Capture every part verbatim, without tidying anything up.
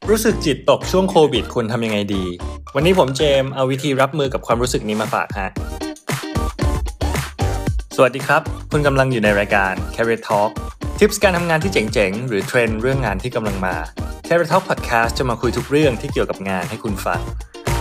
รู้สึกจิตตกช่วงโควิดคุณทำยังไงดีวันนี้ผมเจมเอาวิธีรับมือกับความรู้สึกนี้มาฝากฮะสวัสดีครับคุณกำลังอยู่ในรายการ Career Talk ทิปส์การทำงานที่เจ๋งๆหรือเทรนด์เรื่องงานที่กำลังมา Career Talk Podcast จะมาคุยทุกเรื่องที่เกี่ยวกับงานให้คุณฟัง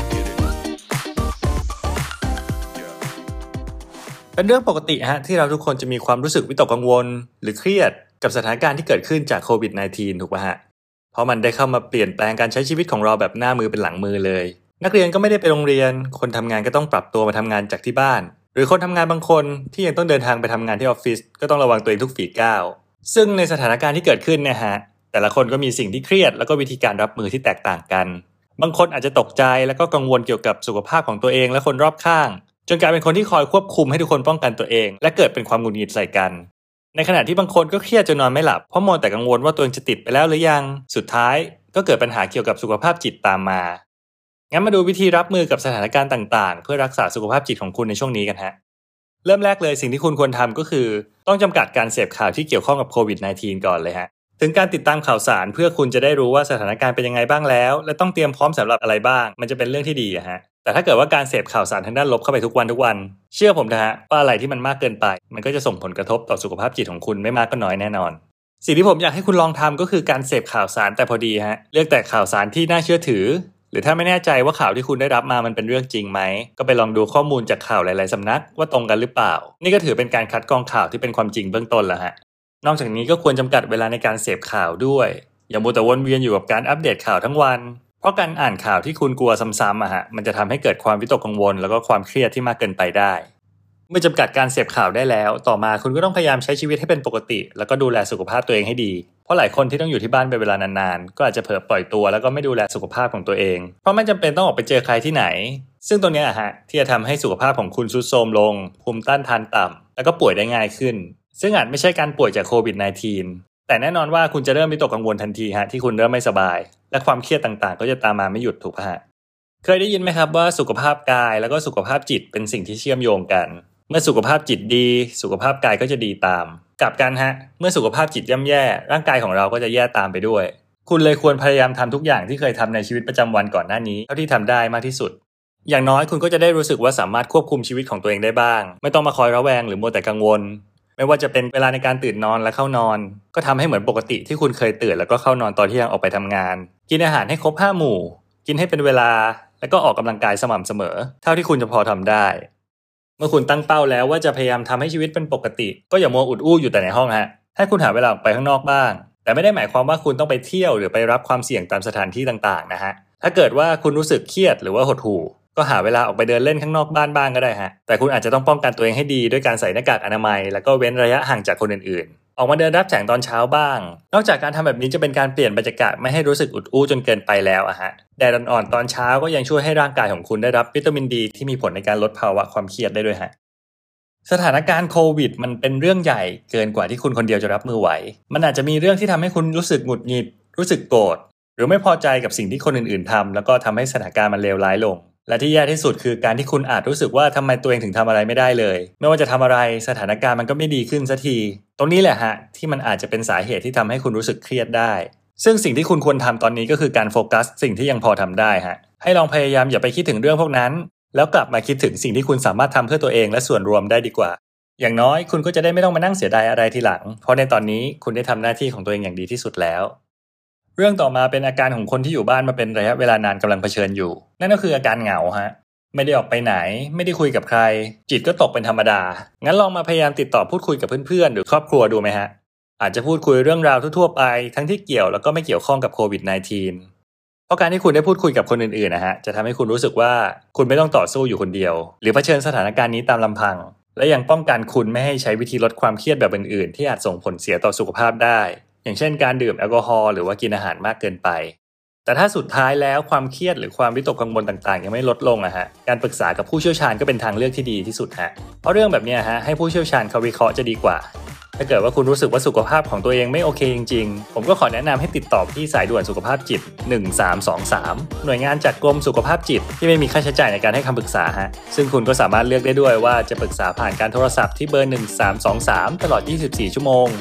เป็นเรื่องปกติฮะที่เราทุกคนจะมีความรู้สึกวิตกกังวลหรือเครียดกับสถานการณ์ที่เกิดขึ้นจากโควิด สิบเก้า ถูกป่ะฮะเพราะมันได้เข้ามาเปลี่ยนแปลงการใช้ชีวิตของเราแบบหน้ามือเป็นหลังมือเลยนักเรียนก็ไม่ได้ไปโรงเรียนคนทำงานก็ต้องปรับตัวมาทำงานจากที่บ้านหรือคนทำงานบางคนที่ยังต้องเดินทางไปทำงานที่ออฟฟิศก็ต้องระวังตัวเองทุกฝีก้าวซึ่งในสถานการณ์ที่เกิดขึ้นเนี่ยฮะแต่ละคนก็มีสิ่งที่เครียดแล้วก็วิธีการรับมือที่แตกต่างกันบางคนอาจจะตกใจแล้วก็กังวลเกี่ยวกับสุขภาพของตัวเองและคนรอบข้างจนกลายเป็นคนที่คอยควบคุมให้ทุกคนป้องกันตัวเองและเกิดเป็นความหงุดหงิดใส่กันในขณะที่บางคนก็เครียดจนนอนไม่หลับเพราะมัวแต่กังวลว่าตัวเองจะติดไปแล้วหรือยังสุดท้ายก็เกิดปัญหาเกี่ยวกับสุขภาพจิตตามมางั้นมาดูวิธีรับมือกับสถานการณ์ต่างๆเพื่อรักษาสุขภาพจิตของคุณในช่วงนี้กันฮะเริ่มแรกเลยสิ่งที่คุณควรทำก็คือต้องจำกัดการเสพข่าวที่เกี่ยวข้องกับโควิด สิบเก้า ก่อนเลยฮะถึงการติดตามข่าวสารเพื่อคุณจะได้รู้ว่าสถานการณ์เป็นยังไงบ้างแล้วและต้องเตรียมพร้อมสำหรับอะไรบ้างมันจะเป็นเรื่องที่ดีอะฮะแต่ถ้าเกิดว่าการเสพข่าวสารทางด้านลบเข้าไปทุกวันทุกวันเชื่อผมนะฮะว่าอะไรที่มันมากเกินไปมันก็จะส่งผลกระทบต่อสุขภาพจิตของคุณไม่มากก็น้อยแน่นอนสิ่งที่ผมอยากให้คุณลองทำก็คือการเสพข่าวสารแต่พอดีฮะเลือกแต่ข่าวสารที่น่าเชื่อถือหรือถ้าไม่แน่ใจว่าข่าวที่คุณได้รับมามันเป็นเรื่องจริงไหมก็ไปลองดูข้อมูลจากข่าวหลายๆสำนักว่าตรงกันหรือเปล่านี่ก็ถือเป็นการคัดกรองข่าวที่เป็นความจริงเบื้องต้นแล้วฮะนอกจากนี้ก็ควรจำกัดเวลาในการเสพข่าวด้วยอย่ามัวแต่วนเวียนอยู่กับการอัปเดตข่าวทั้งวันเพราะการอ่านข่าวที่คุณกลัวซ้ำๆอะฮะมันจะทำให้เกิดความวิตกกังวลแล้วก็ความเครียดที่มากเกินไปได้เมื่อจำกัดการเสพข่าวได้แล้วต่อมาคุณก็ต้องพยายามใช้ชีวิตให้เป็นปกติแล้วก็ดูแลสุขภาพตัวเองให้ดีเพราะหลายคนที่ต้องอยู่ที่บ้านเป็นเวลานานๆก็อาจจะเผลอปล่อยตัวแล้วก็ไม่ดูแลสุขภาพของตัวเองเพราะไม่จำเป็นต้องออกไปเจอใครที่ไหนซึ่งตรงนี้อะฮะที่จะทำให้สุขภาพของคุณทรุดโทรมลงภูมิต้านทานต่ำแล้วก็ป่วยได้ง่ายขึ้นซึ่งอาจไม่ใช่การป่วยจากโควิด สิบเก้า แต่แน่นอนว่าคุณจะเริ่มวิตกกังวลทันทีฮะที่คุณเริ่มไม่สบายและความเครียดต่างๆก็จะตามมาไม่หยุดถูกป่ะฮะเคยได้ยินไหมครับว่าสุขภาพกายแล้วก็สุขภาพจิตเป็นสิ่งที่เชื่อมโยงกันเมื่อสุขภาพจิตดีสุขภาพกายก็จะดีตามกลับกันฮะเมื่อสุขภาพจิตย่ำแย่ร่างกายของเราก็จะแย่ตามไปด้วยคุณเลยควรพยายามทำทุกอย่างที่เคยทำในชีวิตประจำวันก่อนหน้านี้เท่าที่ทำได้มากที่สุดอย่างน้อยคุณก็จะได้รู้สึกว่าสามารถควบคุมชีวิตของตัวเองได้บ้างไม่ต้องมาคอยระแวงหรือมัวแต่กังวลไม่ว่าจะเป็นเวลาในการตื่นนอนและเข้านอนก็ทำให้เหมือนปกติที่คุณเคยตื่นแล้วก็เข้านอนตอนที่ยังออกไปทำงานกินอาหารให้ครบห้าหมู่กินให้เป็นเวลาแล้วก็ออกกำลังกายสม่ำเสมอเท่าที่คุณจะพอทำได้เมื่อคุณตั้งเป้าแล้วว่าจะพยายามทำให้ชีวิตเป็นปกติก็อย่ามัวอุดอู้อยู่แต่ในห้องฮะให้คุณหาเวลาออกไปข้างนอกบ้างแต่ไม่ได้หมายความว่าคุณต้องไปเที่ยวหรือไปรับความเสี่ยงตามสถานที่ต่างๆนะฮะถ้าเกิดว่าคุณรู้สึกเครียดหรือว่าหดหู่ก็หาเวลาออกไปเดินเล่นข้างนอกบ้านบ้างก็ได้ฮะแต่คุณอาจจะต้องป้องกันตัวเองให้ดีด้วยการใส่หน้ากากอนามัยแล้วก็เว้นระยะห่างจากคนอื่นๆออกมาเดินรับแสงตอนเช้าบ้างนอกจากการทำแบบนี้จะเป็นการเปลี่ยนบรรยากาศไม่ให้รู้สึกอุดอู้จนเกินไปแล้วอะฮะแดดอ่อนๆตอนเช้าก็ยังช่วยให้ร่างกายของคุณได้รับวิตามินดีที่มีผลในการลดภาวะความเครียดได้ด้วยฮะสถานการณ์โควิดมันเป็นเรื่องใหญ่เกินกว่าที่คุณคนเดียวจะรับมือไหวมันอาจจะมีเรื่องที่ทำให้คุณรู้สึกหงุดหงิดรู้สึกโกรธหรือไม่พอใจกับสิ่งที่คนอื่นๆทำแล้วก็ทำให้สถานการณ์มันเลวร้ายลงและที่แย่ที่สุดคือการที่คุณอาจรู้สึกว่าทำไมตัวเองถึงทำอะไรไม่ได้เลยไม่ว่าจะทำอะไรสถานการณ์มันก็ไม่ดีขึ้นสักทีตรงนี้แหละฮะที่มันอาจจะเป็นสาเหตุที่ทำให้คุณรู้สึกเครียดได้ซึ่งสิ่งที่คุณควรทำตอนนี้ก็คือการโฟกัสสิ่งที่ยังพอทำได้ฮะให้ลองพยายามอย่าไปคิดถึงเรื่องพวกนั้นแล้วกลับมาคิดถึงสิ่งที่คุณสามารถทำเพื่อตัวเองและส่วนรวมได้ดีกว่าอย่างน้อยคุณก็จะได้ไม่ต้องมานั่งเสียดายอะไรทีหลังเพราะในตอนนี้คุณได้ทำหน้าที่ของตัวเองอย่างดีที่สุดแล้วเรื่องต่อมาเป็นอาการของคนที่อยู่บ้านมาเป็นระยะเวลานานกำลังเผชิญอยู่นั่นก็คืออาการเหงาฮะไม่ได้ออกไปไหนไม่ได้คุยกับใครจิตก็ตกเป็นธรรมดางั้นลองมาพยายามติดต่อพูดคุยกับเพื่อนๆหรือครอบครัวดูไหมฮะอาจจะพูดคุยเรื่องราวทั่วๆไปทั้งที่เกี่ยวแล้วก็ไม่เกี่ยวข้องกับโควิด สิบเก้า เพราะการที่คุณได้พูดคุยกับคนอื่นๆนะฮะจะทำให้คุณรู้สึกว่าคุณไม่ต้องต่อสู้อยู่คนเดียวหรือเผชิญสถานการณ์นี้ตามลำพังและยังป้องกันคุณไม่ให้ใช้วิธีลดความเครียดแบบอื่นๆที่อาจส่งผลเสียต่อสุขภาพได้อย่างเช่นการดื่มแอลกอฮอล์หรือว่ากินอาหารมากเกินไปแต่ถ้าสุดท้ายแล้วความเครียดหรือความวิตกกังวลต่างๆยังไม่ลดลงอะฮะการปรึกษากับผู้เชี่ยวชาญก็เป็นทางเลือกที่ดีที่สุดฮะเพราะเรื่องแบบนี้ฮะให้ผู้เชี่ยวชาญเขาวิเคราะห์จะดีกว่าถ้าเกิดว่าคุณรู้สึกว่าสุขภาพของตัวเองไม่โอเคจริงๆผมก็ขอแนะนำให้ติดต่อที่สายด่วนสุขภาพจิตหนึ่งสามสองสามหน่วยงานจากกรมสุขภาพจิตที่ไม่มีค่าใช้จ่ายในการให้คำปรึกษาฮะซึ่งคุณก็สามารถเลือกได้ด้วยว่าจะปรึกษาผ่านการโทรศัพท์ที่เบอร์หนึ่งสามสองสามตลอดยี่สิบสี่ชั่วโมงห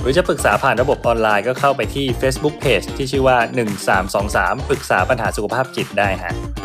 รือจะปรึกษาผ่านระบบออนไลน์ก็เข้าไปที่ Facebook Page ที่ชื่อว่าหนึ่งสามสองสามปรึกษาปัญหาสุขภาพจิตได้ฮะ